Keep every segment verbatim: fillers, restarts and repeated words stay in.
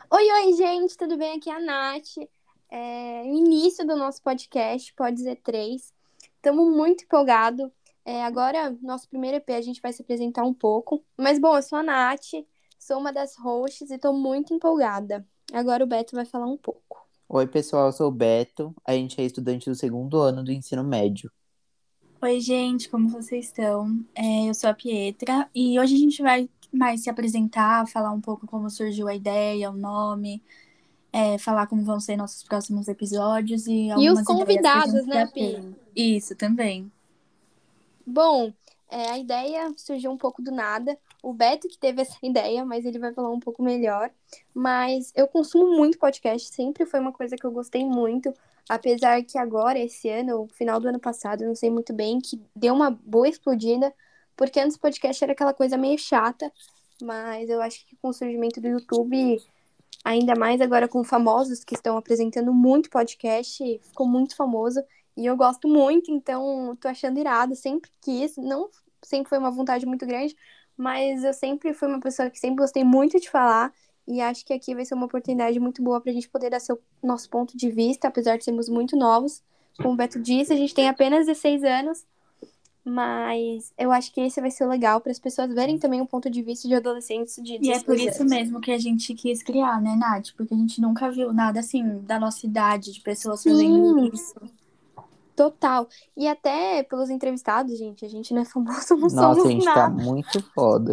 Oi, oi, gente, tudo bem? Aqui é a Nath. É, o início do nosso podcast, Pode Dizer três. Estamos muito empolgados. É, agora, nosso primeiro E P, a gente vai se apresentar um pouco. Mas, bom, eu sou a Nath, sou uma das hosts e estou muito empolgada. Agora o Beto vai falar um pouco. Oi, pessoal, eu sou o Beto. A gente é estudante do segundo ano do ensino médio. Oi, gente, como vocês estão? É, eu sou a Pietra e hoje a gente vai mais se apresentar, falar um pouco como surgiu a ideia, o nome, é, falar como vão ser nossos próximos episódios e E os algumas ideias que a gente convidados, né, já Pi? tem. Isso também. Bom, é, a ideia surgiu um pouco do nada. O Beto que teve essa ideia, mas ele vai falar um pouco melhor. Mas eu consumo muito podcast, sempre foi uma coisa que eu gostei muito. Apesar que agora, esse ano, final do ano passado, eu não sei muito bem, que deu uma boa explodida. Porque antes o podcast era aquela coisa meio chata. Mas eu acho que com o surgimento do YouTube, ainda mais agora com famosos que estão apresentando muito podcast, ficou muito famoso. E eu gosto muito, então tô achando irado. Sempre quis, não sempre foi uma vontade muito grande, mas eu sempre fui uma pessoa que sempre gostei muito de falar. E acho que aqui vai ser uma oportunidade muito boa pra gente poder dar seu nosso ponto de vista, apesar de sermos muito novos. Como o Beto disse, a gente tem apenas dezesseis anos, mas eu acho que esse vai ser legal para as pessoas verem também o ponto de vista de adolescentes de E é por dezesseis isso anos. mesmo que a gente quis criar, né, Nath? Porque a gente nunca viu nada assim da nossa idade, de pessoas fazendo Sim, isso. total. E até pelos entrevistados, gente, a gente não é famoso, não Nossa, a somos gente tá nada. muito foda.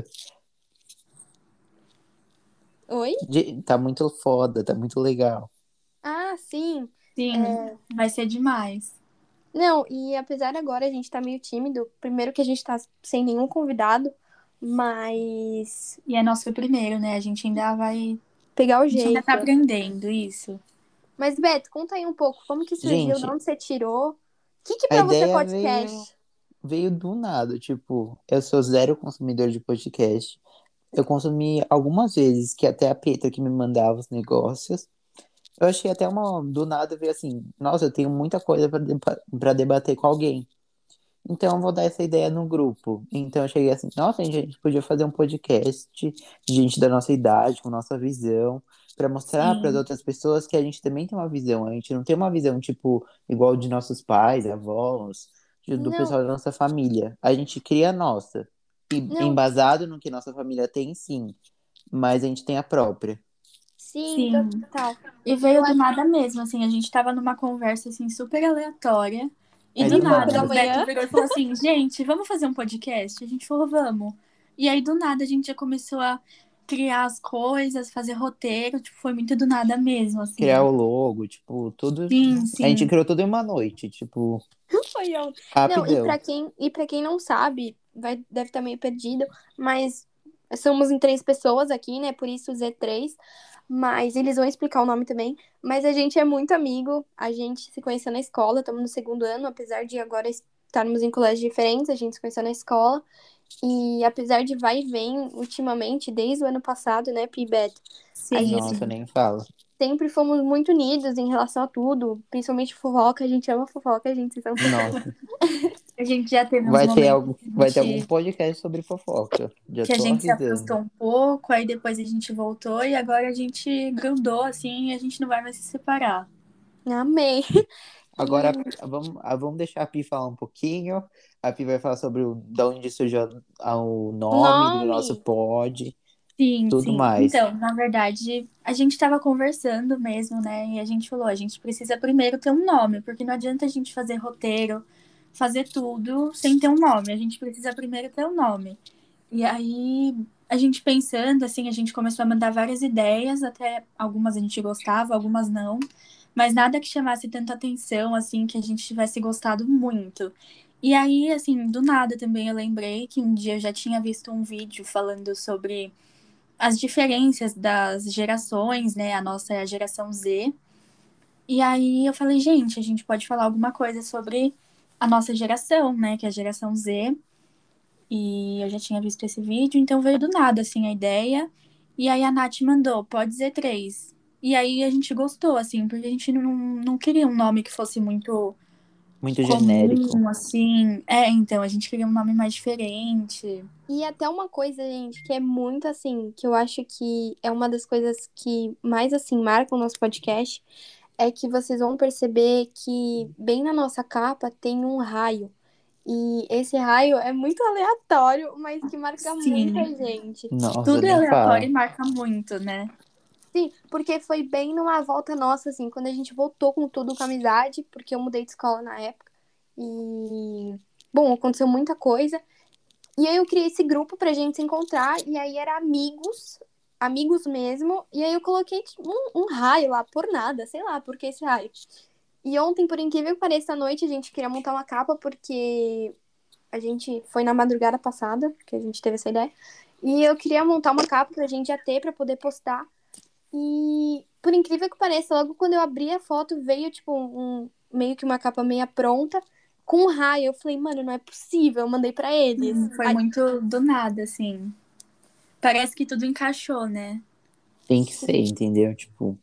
Oi? De- Tá muito foda, tá muito legal. Ah, sim. Sim, É, vai ser demais. não, e apesar agora a gente tá meio tímido, primeiro que a gente tá sem nenhum convidado, mas E é nosso primeiro, né? A gente ainda vai. pegar o A gente ainda tá jeito. aprendendo isso. Mas, Beto, conta aí um pouco, como que surgiu, de Gente, onde você tirou? O que que a pra você é ideia veio, podcast? veio do nada. Tipo, eu sou zero consumidor de podcast. Eu consumi algumas vezes, que até a Petra que me mandava os negócios. Eu achei até uma, do nada, ver assim, nossa, eu tenho muita coisa pra deba- pra debater com alguém. Então, eu vou dar essa ideia no grupo. Então, eu cheguei assim, nossa, gente, a gente podia fazer um podcast de gente da nossa idade, com nossa visão, para mostrar para as Sim. outras pessoas que a gente também tem uma visão. A gente não tem uma visão, tipo, igual de nossos pais, avós, de- do Não, pessoal da nossa família. A gente cria a nossa. E não, embasado no que nossa família tem, sim. Mas a gente tem a própria. sim, Sim. total. E E eu veio do acho nada mesmo, assim, a gente tava numa conversa, assim, super aleatória. E É do de do boa nada, da o nada. Beto manhã. virou e falou assim, gente, vamos fazer um podcast? A gente falou, vamos. E aí, do nada, a gente já começou a criar as coisas, fazer roteiro, tipo, foi muito do nada mesmo, Criar assim. o logo, tipo, tudo. Sim, A gente sim. criou tudo em uma noite, tipo, Foi eu. Não, e rapidão. pra quem, e para quem não sabe, vai, deve estar meio perdido, mas somos em três pessoas aqui, né? Por isso Z três. Mas eles vão explicar o nome também. Mas a gente é muito amigo, a gente se conheceu na escola, estamos no segundo ano, apesar de agora estarmos em colégios diferentes, a gente se conheceu na escola. E apesar de vai e vem ultimamente, desde o ano passado, né, Pibet, a Sim, gente Nossa, sim. nem fala. sempre fomos muito unidos em relação a tudo, principalmente fofoca, a gente ama fofoca, a gente se ama fofoca. Nossa. A gente já teve uns Vai ter momentos algo, que a vai ter algum gente, podcast sobre fofoca. Já que a tô gente se avisando. afastou um pouco, aí depois a gente voltou e agora a gente grudou, assim, e a gente não vai mais se separar. Amei. Agora, E vamos, ah, vamos deixar a Pi falar um pouquinho. A Pi vai falar sobre o, da onde surgiu a- o o nome do nosso nome? pod, Sim, tudo sim. mais. Então, na verdade, a gente estava conversando mesmo, né? E a gente falou, a gente precisa primeiro ter um nome, porque não adianta a gente fazer roteiro, fazer tudo sem ter um nome. A gente precisa primeiro ter um nome. E aí, a gente pensando, assim, a gente começou a mandar várias ideias, até algumas a gente gostava, algumas não, mas nada que chamasse tanta atenção, assim, que a gente tivesse gostado muito. E aí, assim, do nada também eu lembrei que um dia eu já tinha visto um vídeo falando sobre as diferenças das gerações, né? A nossa é a geração Z. E aí eu falei, gente, a gente pode falar alguma coisa sobre a nossa geração, né? Que é a geração Z. E eu já tinha visto esse vídeo, então veio do nada, assim, a ideia. E aí a Nath mandou, pode dizer três. E aí a gente gostou, assim, porque a gente não, não queria um nome que fosse muito Muito genérico. comum, assim. É, então, a gente queria um nome mais diferente. E até uma coisa, gente, que é muito assim, que eu acho que é uma das coisas que mais assim marcam o nosso podcast, é que vocês vão perceber que bem na nossa capa tem um raio. E esse raio é muito aleatório, mas que marca muita Sim, gente. Nossa, tudo é nem aleatório fala. e marca muito, né? Sim, porque foi bem numa volta nossa, assim, quando a gente voltou com tudo com amizade, porque eu mudei de escola na época. E, bom, aconteceu muita coisa. E aí eu criei esse grupo pra gente se encontrar, e aí era amigos, amigos mesmo. E aí eu coloquei tipo, um, um raio lá, por nada, sei lá, por que esse raio. E ontem, por incrível que pareça, à noite, a gente queria montar uma capa, porque a gente foi na madrugada passada, que a gente teve essa ideia. E eu queria montar uma capa pra gente já ter, pra poder postar. E, por incrível que pareça, logo quando eu abri a foto, veio, tipo, um, meio que uma capa meia pronta, com um raio. Eu falei, mano, não é possível. Eu mandei pra eles. Hum, Foi Aí, muito do nada, assim. Parece que tudo encaixou, né? Tem que ser, entendeu? Tipo,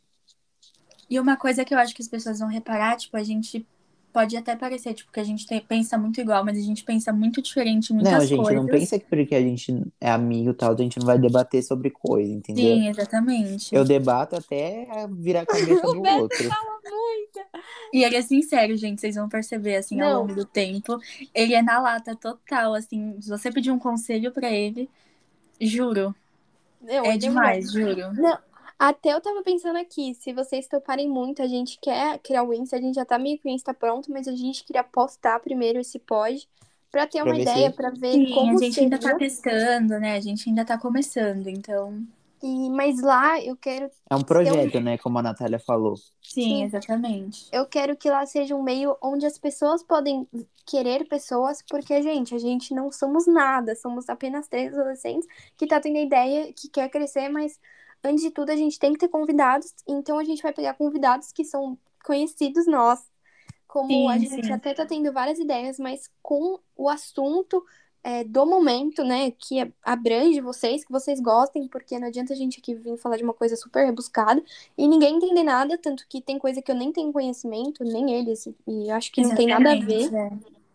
E uma coisa que eu acho que as pessoas vão reparar, tipo, a gente pode até parecer, tipo, que a gente tem- pensa muito igual, mas a gente pensa muito diferente em não, muitas gente, não coisas. pensa que porque a gente é amigo e tal, a gente não vai debater sobre coisa, entendeu? Sim, exatamente. Eu debato até virar a cabeça o do Beto outro. fala muito. E ele é sincero, gente, vocês vão perceber, assim, ao Não, longo do tempo. Ele é na lata total, assim, se você pedir um conselho pra ele, juro, não, é ele é um leve. demais, juro. Não, até eu tava pensando aqui, se vocês toparem muito, a gente quer criar o Insta, a gente já tá meio que o Insta pronto, mas a gente queria postar primeiro esse pod, pra ter Pra uma ver ideia, se pra ver Sim, a como gente ainda tá seria. testando, né? A gente ainda tá começando, então. E, mas lá eu quero é um ter um. projeto, né? Como a Natália falou. Sim, Sim, exatamente. eu quero que lá seja um meio onde as pessoas podem querer pessoas, porque, gente, a gente não somos nada, somos apenas três adolescentes que tá tendo a ideia, que quer crescer, mas antes de tudo a gente tem que ter convidados, então a gente vai pegar convidados que são conhecidos nós, como a Sim, gente sim. até tá tendo várias ideias, mas com o assunto é, do momento, né, que abrange vocês, que vocês gostem, porque não adianta a gente aqui vir falar de uma coisa super rebuscada e ninguém entender nada, tanto que tem coisa que eu nem tenho conhecimento, nem eles, e acho que não tem nada a ver. Exatamente. É.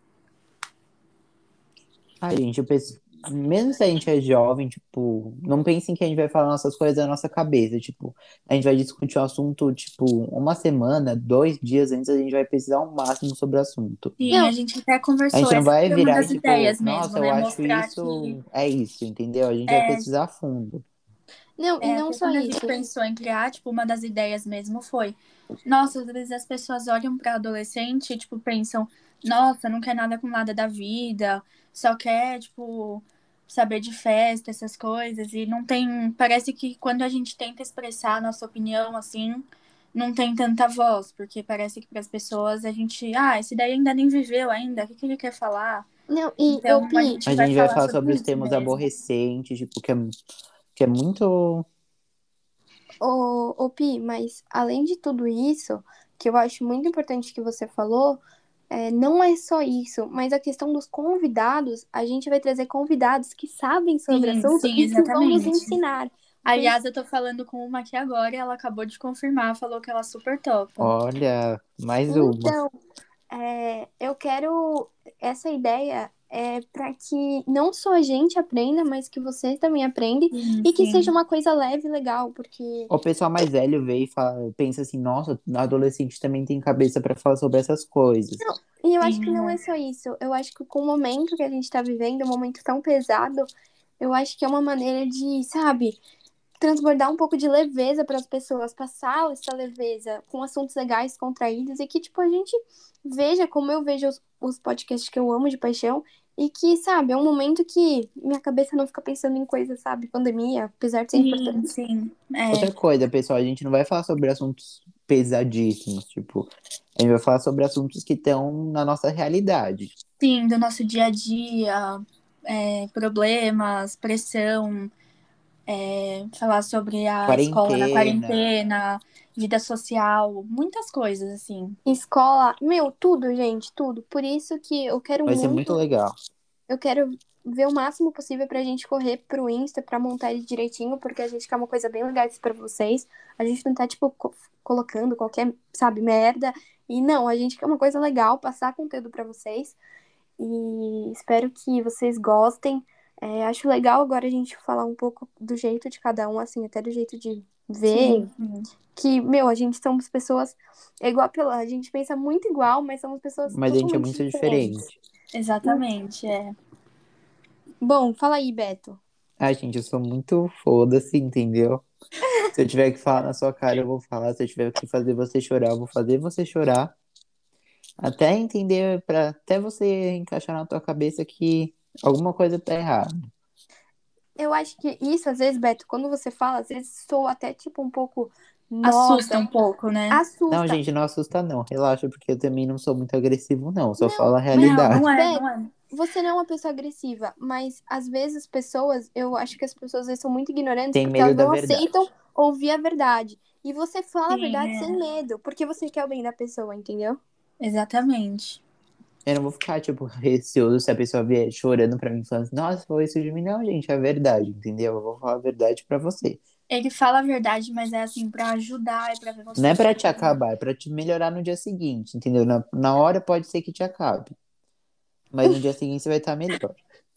Ai, gente, eu penso, mesmo se a gente é jovem, tipo, não pensem que a gente vai falar nossas coisas da nossa cabeça. Tipo, a gente vai discutir o assunto, tipo, uma semana, dois dias antes, a gente vai pesquisar o máximo sobre o assunto. Sim, a Não, gente até A conversou. gente não Essa vai foi uma virar e, das tipo, ideias mesmo, nossa, eu né? acho Mostrar que isso, é isso, entendeu? A gente vai é, pesquisar a fundo. não, e é, não até só quando a gente isso. pensou em criar, tipo, uma das ideias mesmo foi, nossa, às vezes as pessoas olham para adolescente e, tipo, pensam, nossa, não quer nada com nada da vida, só quer, tipo, saber de festa, essas coisas, e não tem, parece que quando a gente tenta expressar a nossa opinião, assim, não tem tanta voz, porque parece que para as pessoas a gente, ah, esse daí ainda nem viveu ainda, o que que ele quer falar? Não, e eu, Então, a Pi, gente A vai gente vai falar falar sobre sobre os isso temas mesmo. aborrecentes, tipo, que é, que é muito. ô, ô, Pi, mas além de tudo isso, que eu acho muito importante que você falou, é, não é só isso, mas a questão dos convidados, a gente vai trazer convidados que sabem sobre o Sim, assunto sim, e que vão nos exatamente. ensinar. Por isso, Aliás, eu tô falando com uma aqui agora e ela acabou de confirmar, falou que ela super topa. Olha, mais uma. então, é, eu quero essa ideia é para que não só a gente aprenda, mas que vocês também aprendem Sim, e que seja sim. uma coisa leve e legal, porque O pessoal mais velho vê e fala, pensa assim, nossa, adolescente também tem cabeça pra falar sobre essas coisas. não, e eu acho que Sim, não é né? só isso. Eu acho que com o momento que a gente tá vivendo, um momento tão pesado, eu acho que é uma maneira de, sabe, transbordar um pouco de leveza para as pessoas, passar essa leveza com assuntos legais, contraídos, e que, tipo, a gente veja como eu vejo os, os podcasts que eu amo de paixão, e que, sabe, é um momento que minha cabeça não fica pensando em coisas, sabe, pandemia, apesar de ser Sim, importante. sim. É. Outra coisa, pessoal, a gente não vai falar sobre assuntos pesadíssimos, tipo, a gente vai falar sobre assuntos que estão na nossa realidade. Sim, do nosso dia a dia, é, problemas, pressão, é, falar sobre a escola na Quarentena, quarentena, vida social, muitas coisas, assim. Escola, meu, tudo, gente, tudo. Por isso que eu quero vai ser muito muito. legal. Eu quero ver o máximo possível pra gente correr pro Insta pra montar ele direitinho, porque a gente quer uma coisa bem legal pra vocês. A gente não tá, tipo, co- colocando qualquer, sabe, merda. E não, a gente quer uma coisa legal, passar conteúdo pra vocês. E espero que vocês gostem. É, acho legal agora a gente falar um pouco do jeito de cada um, assim, até do jeito de ver. Sim, sim. Que, meu, a gente somos pessoas é igual pela. A gente pensa muito igual, mas somos pessoas Mas a gente é totalmente muito diferentes. diferente. Exatamente, é. Bom, fala aí, Beto. Ai, gente, eu sou muito foda-se, entendeu? Se eu tiver que falar na sua cara, eu vou falar. Se eu tiver que fazer você chorar, eu vou fazer você chorar. Até entender, pra, até você encaixar na tua cabeça que alguma coisa tá errada. Eu acho que isso, às vezes, Beto, quando você fala, às vezes soa até tipo um pouco. Assusta Nossa, um pouco, né? Não, assusta. gente, não assusta não. Relaxa, porque eu também não sou muito agressivo, não. Só Não, falo a Não, realidade. não é, Beto, não é. você não é uma pessoa agressiva, mas às vezes as pessoas, eu acho que as pessoas às vezes, são muito ignorantes Tem porque medo elas da não verdade. aceitam ouvir a verdade. E você fala a Sim, verdade sem é. medo, porque você quer o bem da pessoa, entendeu? Exatamente. Eu não vou ficar, tipo, receoso se a pessoa vier chorando pra mim, falando assim, nossa, falou isso de mim. Não, gente, é verdade, entendeu? Eu vou falar a verdade pra você. Ele fala a verdade, mas é assim, pra ajudar, é pra ver Não você é pra te bem. acabar, é pra te melhorar no dia seguinte, entendeu? Na, na hora pode ser que te acabe, mas no dia seguinte você vai estar melhor.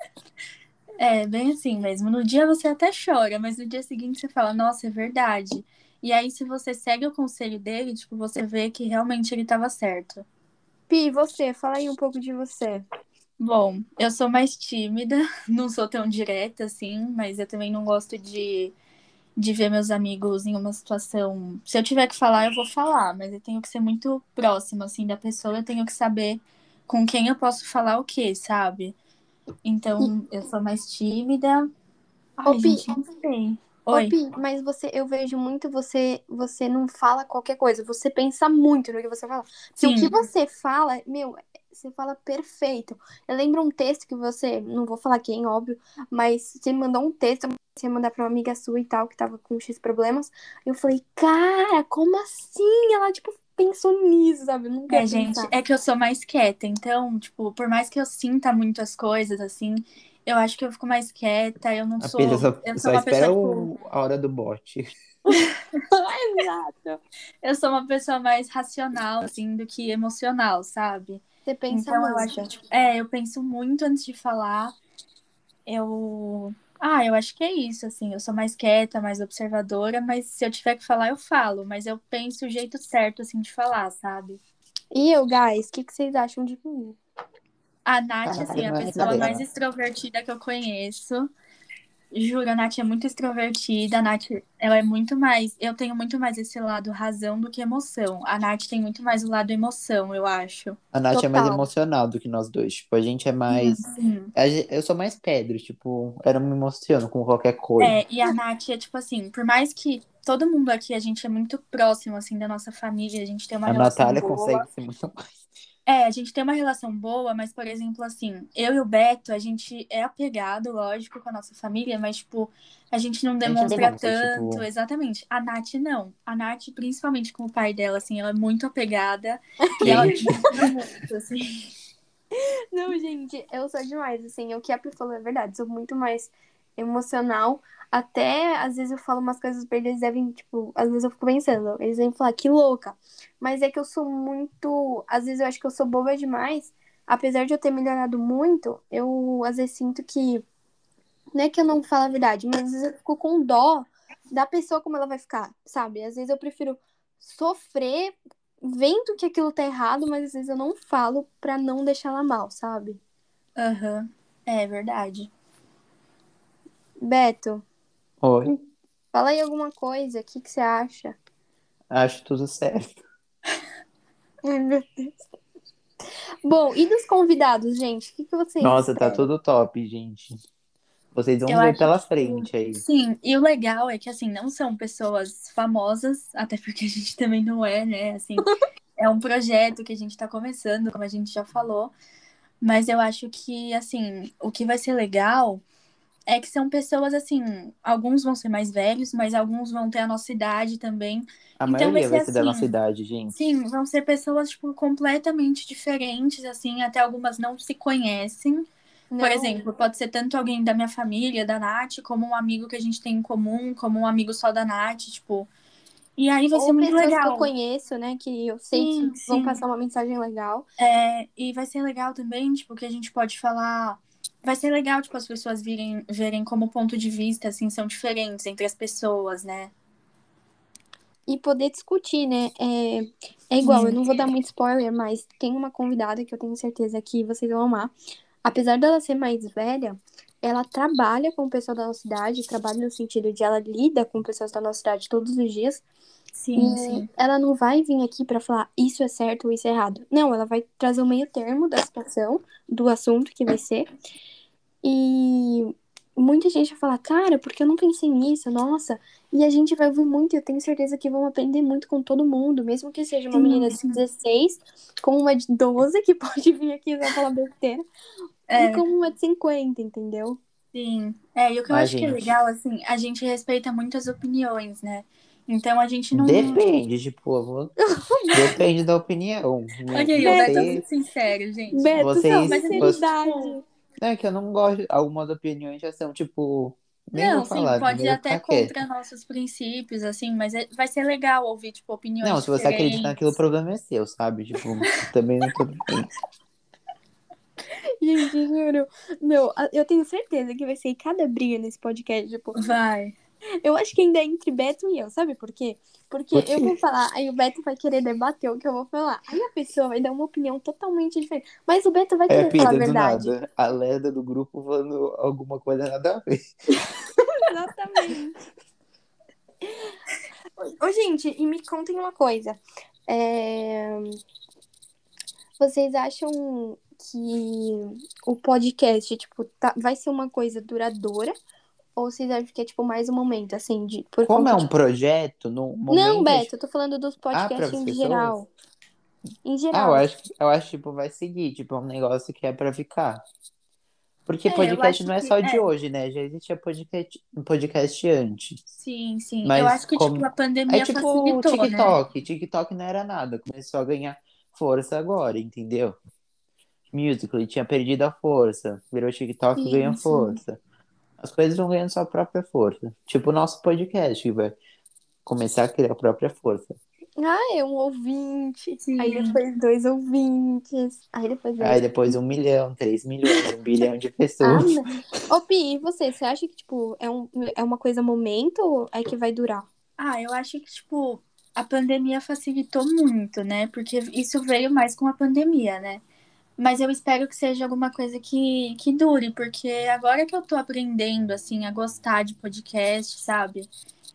É, bem assim mesmo. No dia você até chora, mas no dia seguinte você fala, nossa, é verdade. E aí, se você segue o conselho dele, tipo, você vê que realmente ele tava certo. Pi, você, fala aí um pouco de você. Bom, eu sou mais tímida, não sou tão direta assim, mas eu também não gosto de, de ver meus amigos em uma situação. Se eu tiver que falar, eu vou falar, mas eu tenho que ser muito próxima, assim, da pessoa, eu tenho que saber com quem eu posso falar o quê, sabe? E, Então, eu sou mais tímida. ô, Ai, Pi, gente, não sei. Ô, Oi. Pi, mas você, eu vejo muito você, você não fala qualquer coisa, você pensa muito no que você fala. Porque o que Sim, você fala, meu, você fala perfeito. Eu lembro um texto que você, não vou falar quem, óbvio, mas você me mandou um texto, você ia mandar pra uma amiga sua e tal, que tava com X problemas. Eu falei, cara, como assim? Ela, tipo, pensou nisso, sabe? Eu nunca ia é, gente, pensar. é que eu sou mais quieta, então, tipo, por mais que eu sinta muito as coisas, assim, eu acho que eu fico mais quieta, eu não A Pedro sou. só, Eu sou só uma pessoa, espera tipo. o, a hora do bote. Exato. Eu sou uma pessoa mais racional, assim, do que emocional, sabe? Você pensa Então, eu acho muito. que, tipo, é, eu penso muito antes de falar. Eu. Ah, eu acho que é isso, assim. Eu sou mais quieta, mais observadora, mas se eu tiver que falar, eu falo. Mas eu penso o jeito certo, assim, de falar, sabe? E eu, guys, o que, que vocês acham de mim? A Nath, assim, Caralho, é a mas pessoa mais dela. extrovertida que eu conheço. Juro, a Nath é muito extrovertida. A Nath, ela é muito mais. Eu tenho muito mais esse lado razão do que emoção. A Nath tem muito mais o lado emoção, eu acho. A Nath é mais Total. emocional do que nós dois. Tipo, a gente é Sim, mais. sim. a gen- Eu sou mais Pedro, tipo, eu não me emociono com qualquer coisa. É, e a Nath é tipo assim, por mais que todo mundo aqui, a gente é muito próximo, assim, da nossa família, a gente tem uma A relação Natália consegue boa. ser muito mais. É, a gente tem uma relação boa, mas, por exemplo, assim, eu e o Beto, a gente é apegado, lógico, com a nossa família, mas, tipo, a gente não A gente não demonstra demonstra, tanto, tipo. exatamente. A Nath, não. A Nath, principalmente com o pai dela, assim, ela é muito apegada e ela Gente, demonstra muito, assim. Não, gente, eu sou demais, assim, o que a Pri falou é verdade, sou muito mais emocional, até às vezes eu falo umas coisas pra eles, eles devem, tipo, às vezes eu fico pensando, eles devem falar, que louca, mas é que eu sou muito, às vezes eu acho que eu sou boba demais, apesar de eu ter melhorado muito, eu às vezes sinto que, não é que eu não falo a verdade, mas às vezes eu fico com dó da pessoa como ela vai ficar, sabe, às vezes eu prefiro sofrer vendo que aquilo tá errado, mas às vezes eu não falo pra não deixar ela mal, sabe? Aham, é verdade. Beto, oi, fala aí alguma coisa, o que que você acha? acho tudo certo. Ai, meu Deus. Bom, e dos convidados, gente? O que que vocês Nossa, tá esperam? tudo top, gente. Vocês vão Eu ver acho pela que frente aí. sim, e o legal é que assim, não são pessoas famosas, até porque a gente também não é, né? Assim, é um projeto que a gente tá começando, como a gente já falou, mas eu acho que assim, o que vai ser legal é que são pessoas assim, alguns vão ser mais velhos, mas alguns vão ter a nossa idade também. A Então vai maioria ser vai ser da nossa assim, idade, gente. sim, vão ser pessoas tipo completamente diferentes assim, até algumas não se conhecem. Por Não, exemplo, pode ser tanto alguém da minha família, da Nath, como um amigo que a gente tem em comum, como um amigo só da Nath, tipo. E aí vai ser Ou muito pessoas que eu legal. conheço, né, que eu sei que Sim, vão sim. passar uma mensagem legal. É, e vai ser legal também, tipo, que a gente pode falar. Vai ser legal, tipo, as pessoas virem, verem como ponto de vista, assim, são diferentes entre as pessoas, né? E poder discutir, né? É, é igual, eu Sim, não vou dar muito spoiler, mas tem uma convidada que eu tenho certeza que vocês vão amar. Apesar dela ser mais velha, ela trabalha com o pessoal da nossa cidade, trabalha no sentido de ela lida com pessoas da nossa cidade todos os dias. sim, E sim. ela não vai vir aqui pra falar isso é certo ou isso é errado. Não, ela vai trazer o meio termo da situação, do assunto que vai ser. E muita gente vai falar, cara, porque eu não pensei nisso? Nossa. E a gente vai ouvir muito e eu tenho certeza que vão aprender muito com todo mundo, mesmo que seja uma menina Sim, de sim. dezesseis, com uma de doze que pode vir aqui e só falar besteira, e É, com uma de cinquenta, entendeu? sim. É, e o que eu A acho que é gente. legal, assim, a gente respeita muito as opiniões, né? Então a gente não. Depende, tipo, eu vou- depende da opinião. Minha- Ok, o Beto é Beto, muito Vocês, sincero, gente. Beto, Não, mas vocês, a gente, vocês. tipo. sinceridade. Não, é que eu não gosto. Algumas opiniões já são, tipo. Nem vou Não, sim, falar, pode ir melhor até ficar contra quieto. nossos princípios, assim, mas é- vai ser legal ouvir, tipo, Não, opiniões se você acredita naquilo, o diferentes. problema é seu, sabe? Tipo, também não tudo bem. Gente, juro. Meu, a- eu tenho certeza que vai ser cada briga nesse podcast, tipo, Vai. eu acho que ainda é entre Beto e eu, sabe por quê? Porque Por eu quê? vou falar, aí o Beto vai querer debater o que eu vou falar. Aí a pessoa vai dar uma opinião totalmente diferente. Mas o Beto vai Aí a querer falar a Pita, do verdade. nada, a Leda do grupo falando alguma coisa nada a ver. Exatamente. Ô, gente, e me contem uma coisa. É, Vocês acham que o podcast, tipo, tá... vai ser uma coisa duradoura? Ou vocês acham que é, tipo, mais um momento, assim, de... por Como é conta um de... projeto, no Não, momento é Beto, tipo, eu tô falando dos ah, para podcasts as em pessoas? geral. Em Ah, eu geral, acho, que- eu acho tipo, vai seguir, tipo, é um negócio que é pra ficar. Porque É, eu podcast acho não é que. só de É, hoje, né? Já existia podcast, um podcast antes. sim, sim. Eu Mas acho que, tipo, como. a É pandemia tipo o facilitou, né? TikTok. TikTok não era nada. Começou a ganhar força agora, entendeu? Musical.ly tinha perdido a força. Virou TikTok e ganha Sim, sim. força. As coisas vão ganhando sua própria força. Tipo o nosso podcast, que vai começar a criar a própria força. ah, é um ouvinte. Aí Sim. depois dois ouvintes. Aí depois Aí dez. depois um milhão, três milhões, um bilhão de Ah, pessoas. não. Ô, Pi, e você? Você acha que, tipo, é, um, é uma coisa momento ou é que vai durar? Ah, eu acho que, tipo, a pandemia facilitou muito, né? Porque isso veio mais com a pandemia, né? Mas eu espero que seja alguma coisa que, que dure, porque agora que eu tô aprendendo, assim, a gostar de podcast, sabe?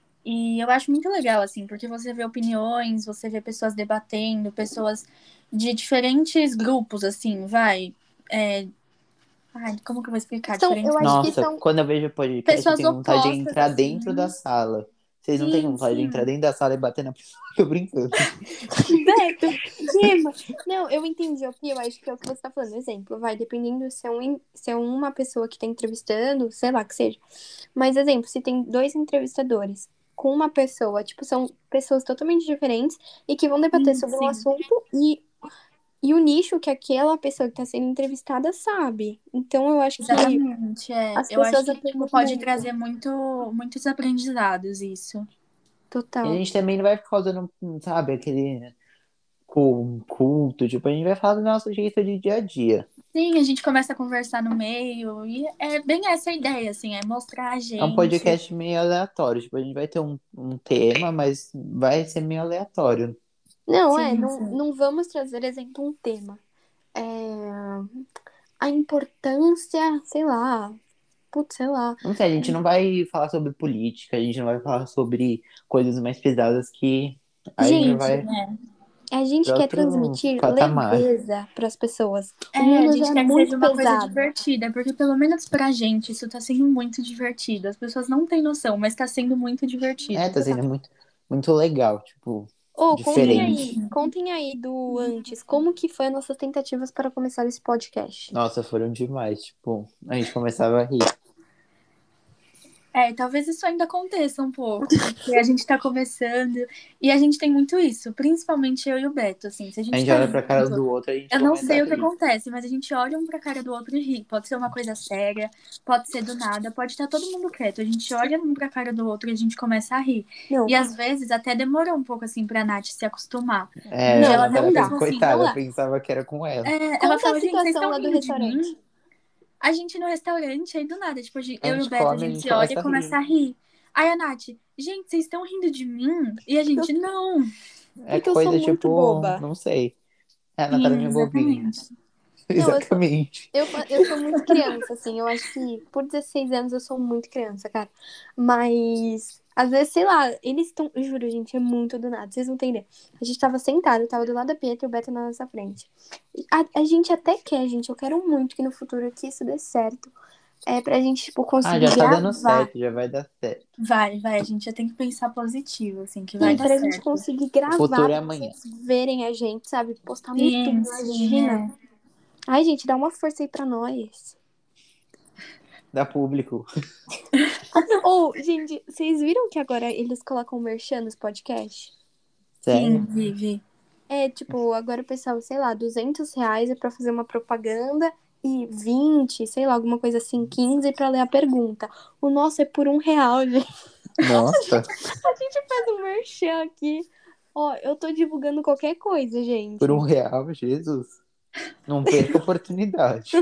E eu acho muito legal, assim, porque você vê opiniões, você vê pessoas debatendo, pessoas de diferentes grupos, assim, vai. É... Ai, como que eu vou explicar? São, eu Diferentes acho que grupos. Nossa, são quando eu vejo podcast, eu Pessoas tenho vontade de opostas, entrar dentro da assim. sala. Vocês não têm Sim, vontade de entrar sim. dentro da sala e bater na pessoa? Tô brincando. Beto, Gema. Não, eu entendi, o Pi, eu acho que é o que você tá falando. Exemplo, vai, dependendo se é, um, se é uma pessoa que tá entrevistando, sei lá, que seja. Mas, exemplo, se tem dois entrevistadores com uma pessoa, tipo, são pessoas totalmente diferentes e que vão debater Sim, sobre um sim. assunto e, e o nicho que aquela pessoa que tá sendo entrevistada sabe. Então, eu acho que Exatamente, é. as Eu acho pessoas que, tipo, aprendem pode muito. trazer muito, muitos aprendizados isso. E a Total. gente também não vai ficar usando, sabe, aquele cu- culto. Tipo, a gente vai falar do nosso jeito de dia a dia. Sim, a gente começa a conversar no meio e é bem essa a ideia, assim, é mostrar a É um gente. podcast meio aleatório. Tipo, a gente vai ter um, um tema, mas vai ser meio aleatório. Não, é, Sim, não, sim. não vamos trazer, exemplo, um tema. É, a importância, sei lá, putz, sei lá. Não sei, a gente não vai falar sobre política, a gente não vai falar sobre coisas mais pesadas que aí a gente Gente, vai a gente para quer outro transmitir patamar. leveza para as pessoas. O É, a mundo já gente é quer que seja muito uma coisa pesado. divertida, porque pelo menos pra gente isso tá sendo muito divertido. As pessoas não têm noção, mas tá sendo muito É, divertido. tá sendo muito, muito legal, tipo, Ô, contem Sim, diferente. aí, sim. contem aí do antes, como que foi as nossas tentativas para começar esse podcast? Nossa, foram demais, tipo, a gente começava a rir. É, talvez isso ainda aconteça um pouco, porque a gente tá conversando e a gente tem muito isso, principalmente eu e o Beto, assim, se a A gente gente tá olha pra cara rindo, do outro e a gente eu não começa a sei o que rir. acontece, mas a gente olha um pra cara do outro e ri. Pode ser uma coisa séria, pode ser do nada, pode estar todo mundo quieto. A gente olha um pra cara do outro e a gente começa a rir. Não, E às vezes até demorou um pouco assim pra Nath se acostumar. É, Um dia não, ela a até não Natália dá. pensa, mesmo assim, Não coitada, eu dá. pensava que era com ela. é, ela Conta a falou, gente, vocês situação estão lá do rindo de restaurante. mim? A gente no restaurante, aí do nada, tipo, A eu e o gente Beto, a come, a gente gente se olha e começa a começa rir. a rir. Aí a Nath, gente, vocês estão rindo de mim? E a gente, não. É Porque eu sou coisa muito tipo, boba. não sei. É a Sim, Natália bobinha. exatamente. Não, eu sou, Exatamente. eu, fa- eu sou muito criança, assim. Eu acho que por dezesseis anos eu sou muito criança, cara. Mas, às vezes, sei lá, eles estão. Eu juro, gente, é muito do nada. Vocês não entendem. A gente tava sentado, eu tava do lado da Pietra e o Beto na nossa frente. A, a gente até quer, gente. Eu quero muito que no futuro que isso dê certo. É pra gente, tipo, Ah, conseguir já tá dando gravar. certo, já vai dar certo. Vai, vai, a gente já tem que pensar positivo, assim, que vai E dar pra gente certo. conseguir O gravar, futuro é pra amanhã. vocês verem a gente, sabe? Postar no YouTube, Sim, sim, imagina. é. Ai, gente, dá uma força aí pra nós. Dá público. Ou, gente, vocês viram que agora eles colocam merchan nos podcasts? Sim, Sério? Vivi. É, tipo, agora o pessoal, sei lá, duzentos reais é pra fazer uma propaganda e vinte, sei lá, alguma coisa assim, quinze pra ler a pergunta. O nosso é por um real, gente. Nossa, A gente faz um merchan aqui. Ó, eu tô divulgando qualquer coisa, por um gente. real, Jesus. Não perca a oportunidade.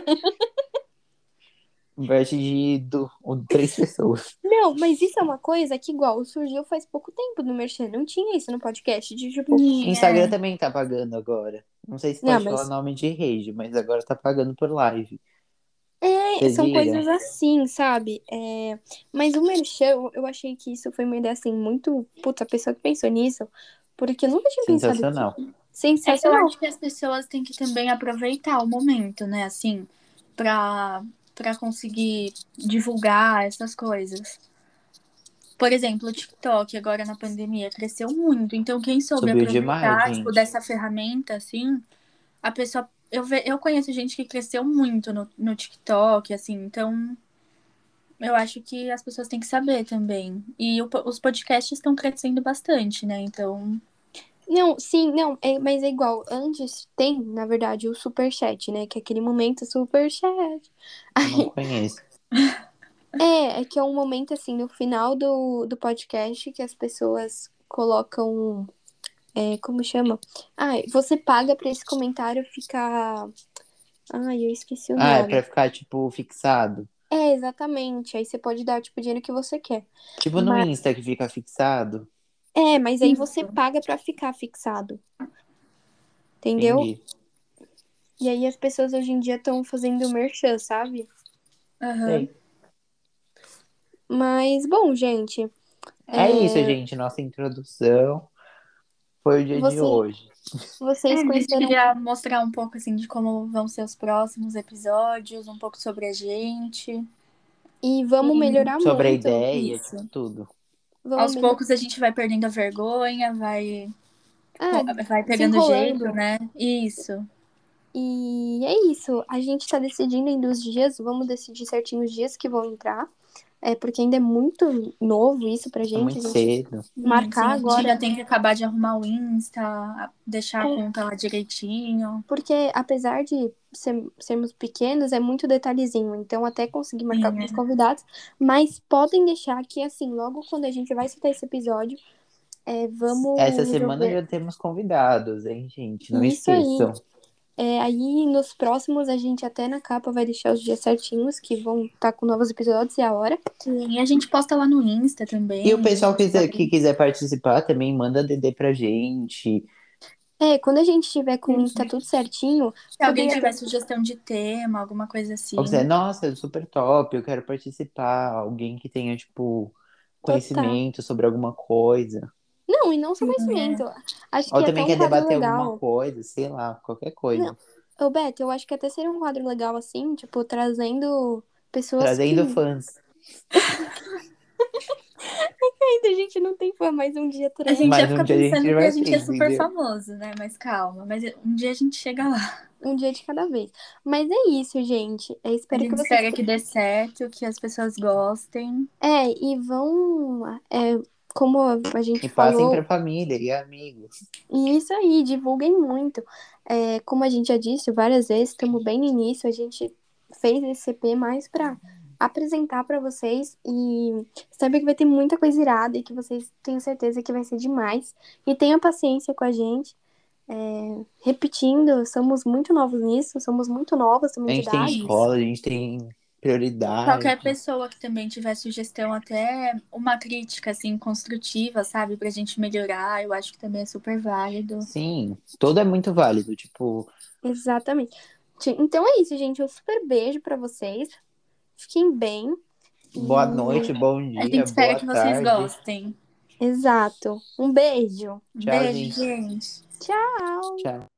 Investe de do, ou três pessoas. Não, mas isso é uma coisa que, igual, surgiu faz pouco tempo no merchan. Não tinha isso no podcast, de tipo... Sim, Instagram é. também tá pagando agora. Não sei se Não, pode falar mas nome de rede, mas agora tá pagando por live. é, Vocês são viram? coisas assim, sabe? É, mas o merchan, eu eu achei que isso foi uma ideia, assim, muito... Putz, a pessoa que pensou nisso, porque eu nunca tinha pensado que... Sensacional. É que eu Sensacional. acho que as pessoas têm que também aproveitar o momento, né, assim, pra, pra conseguir divulgar essas coisas. Por exemplo, o TikTok agora na pandemia cresceu muito. Então, quem soube Subiu demais, aproveitar, tipo, gente. dessa ferramenta, assim, a pessoa. Eu, ve... eu conheço gente que cresceu muito no, no TikTok, assim, então eu acho que as pessoas têm que saber também. E o po- os podcasts estão crescendo bastante, né? Então. Não, sim, não, é, mas é igual. Antes tem, na verdade, o superchat, né? Que é aquele momento superchat. Não Aí, conheço. é, é que é um momento, assim, no final do, do podcast que as pessoas colocam. É, como chama? Ah, você paga pra esse comentário ficar. Ai, eu esqueci o Ah, é nome. pra ficar, tipo, fixado. É, exatamente. Aí você pode dar, tipo, o dinheiro que você quer. Tipo no Mas, Insta que fica fixado. é, mas aí você Isso. paga pra ficar fixado. Entendeu? Entendi. E aí as pessoas hoje em dia estão fazendo merchan, sabe? Aham. Sei. Mas, bom, gente, É isso, é, gente. Nossa introdução foi o dia de você, hoje. É, vocês a gente conheceram. queria mostrar um pouco, assim, de como vão ser os próximos episódios, um pouco sobre a gente. E vamos E melhorar Sobre a muito. ideia, isso. tipo, tudo. Vamos Aos melhorar. poucos a gente vai perdendo a vergonha, vai, Ah, vai pegando jeito, desenrolando. né? Isso. E é isso. A gente tá decidindo ainda os dias. Vamos decidir certinho os dias que vão entrar. É porque ainda é muito novo isso pra É gente. A muito gente cedo. Sim, marcar sim, a gente agora. ainda tem que acabar de arrumar o Insta, deixar a É, conta lá direitinho. porque apesar de ser- sermos pequenos, é muito detalhezinho. Então, até conseguir marcar Sim, com os é. convidados. Mas podem deixar que, assim, logo quando a gente vai soltar esse episódio, é, Essa vamos semana resolver já temos convidados, hein, gente? Não isso aí. esqueçam. É, aí nos próximos a gente até na capa vai deixar os dias certinhos que vão estar com novos episódios e a hora. Sim, e a gente posta lá no Insta E o também. pessoal que quiser, que quiser participar também, manda D D pra gente. É, quando a gente tiver com o Insta Sim. tudo certinho, Se alguém poderia tiver ter. sugestão de tema, alguma coisa Ou quiser, assim. nossa, super top, eu quero participar. Alguém que tenha, tipo, Total. conhecimento sobre alguma coisa. Não, e não só Sim, conhecimento. é. Acho Ou que é até também um quer quadro debater alguma legal. coisa, sei lá, qualquer Não, coisa. ô Beto, eu acho que até seria um quadro legal assim, tipo, trazendo pessoas que. Trazendo fãs. Ainda a gente não tem fã, mas um dia A teremos. gente já Mas um fica dia a gente pensando que vai a gente ter, é super entendeu? famoso, né? Mas calma, mas um dia a gente chega lá. Um dia de cada vez. Mas é isso, gente. Eu A espero que gente vocês. espera que dê certo, que as pessoas gostem. É, e vão. É, como a gente E passem falou, pra família e amigos. e isso aí, divulguem muito. É, como a gente já disse várias vezes, estamos bem no início, a gente fez esse C P mais pra apresentar pra vocês e saber que vai ter muita coisa irada e que vocês tenham certeza que vai ser demais. E tenham paciência com a gente. É, repetindo, somos muito novos nisso, somos muito novas A também de gente tem idade. Isso. escola, a gente tem prioridade. Qualquer pessoa que também tiver sugestão, até uma crítica, assim, construtiva, sabe? Pra gente melhorar, eu acho que também é super válido. Sim, tudo é muito válido. Tipo, Exatamente. Então é isso, gente. Um super beijo pra vocês. Fiquem bem. boa noite, E bom A gente dia, espera boa que vocês tarde. gostem. exato. Um beijo. Um Tchau, beijo, gente. gente. Tchau. Tchau.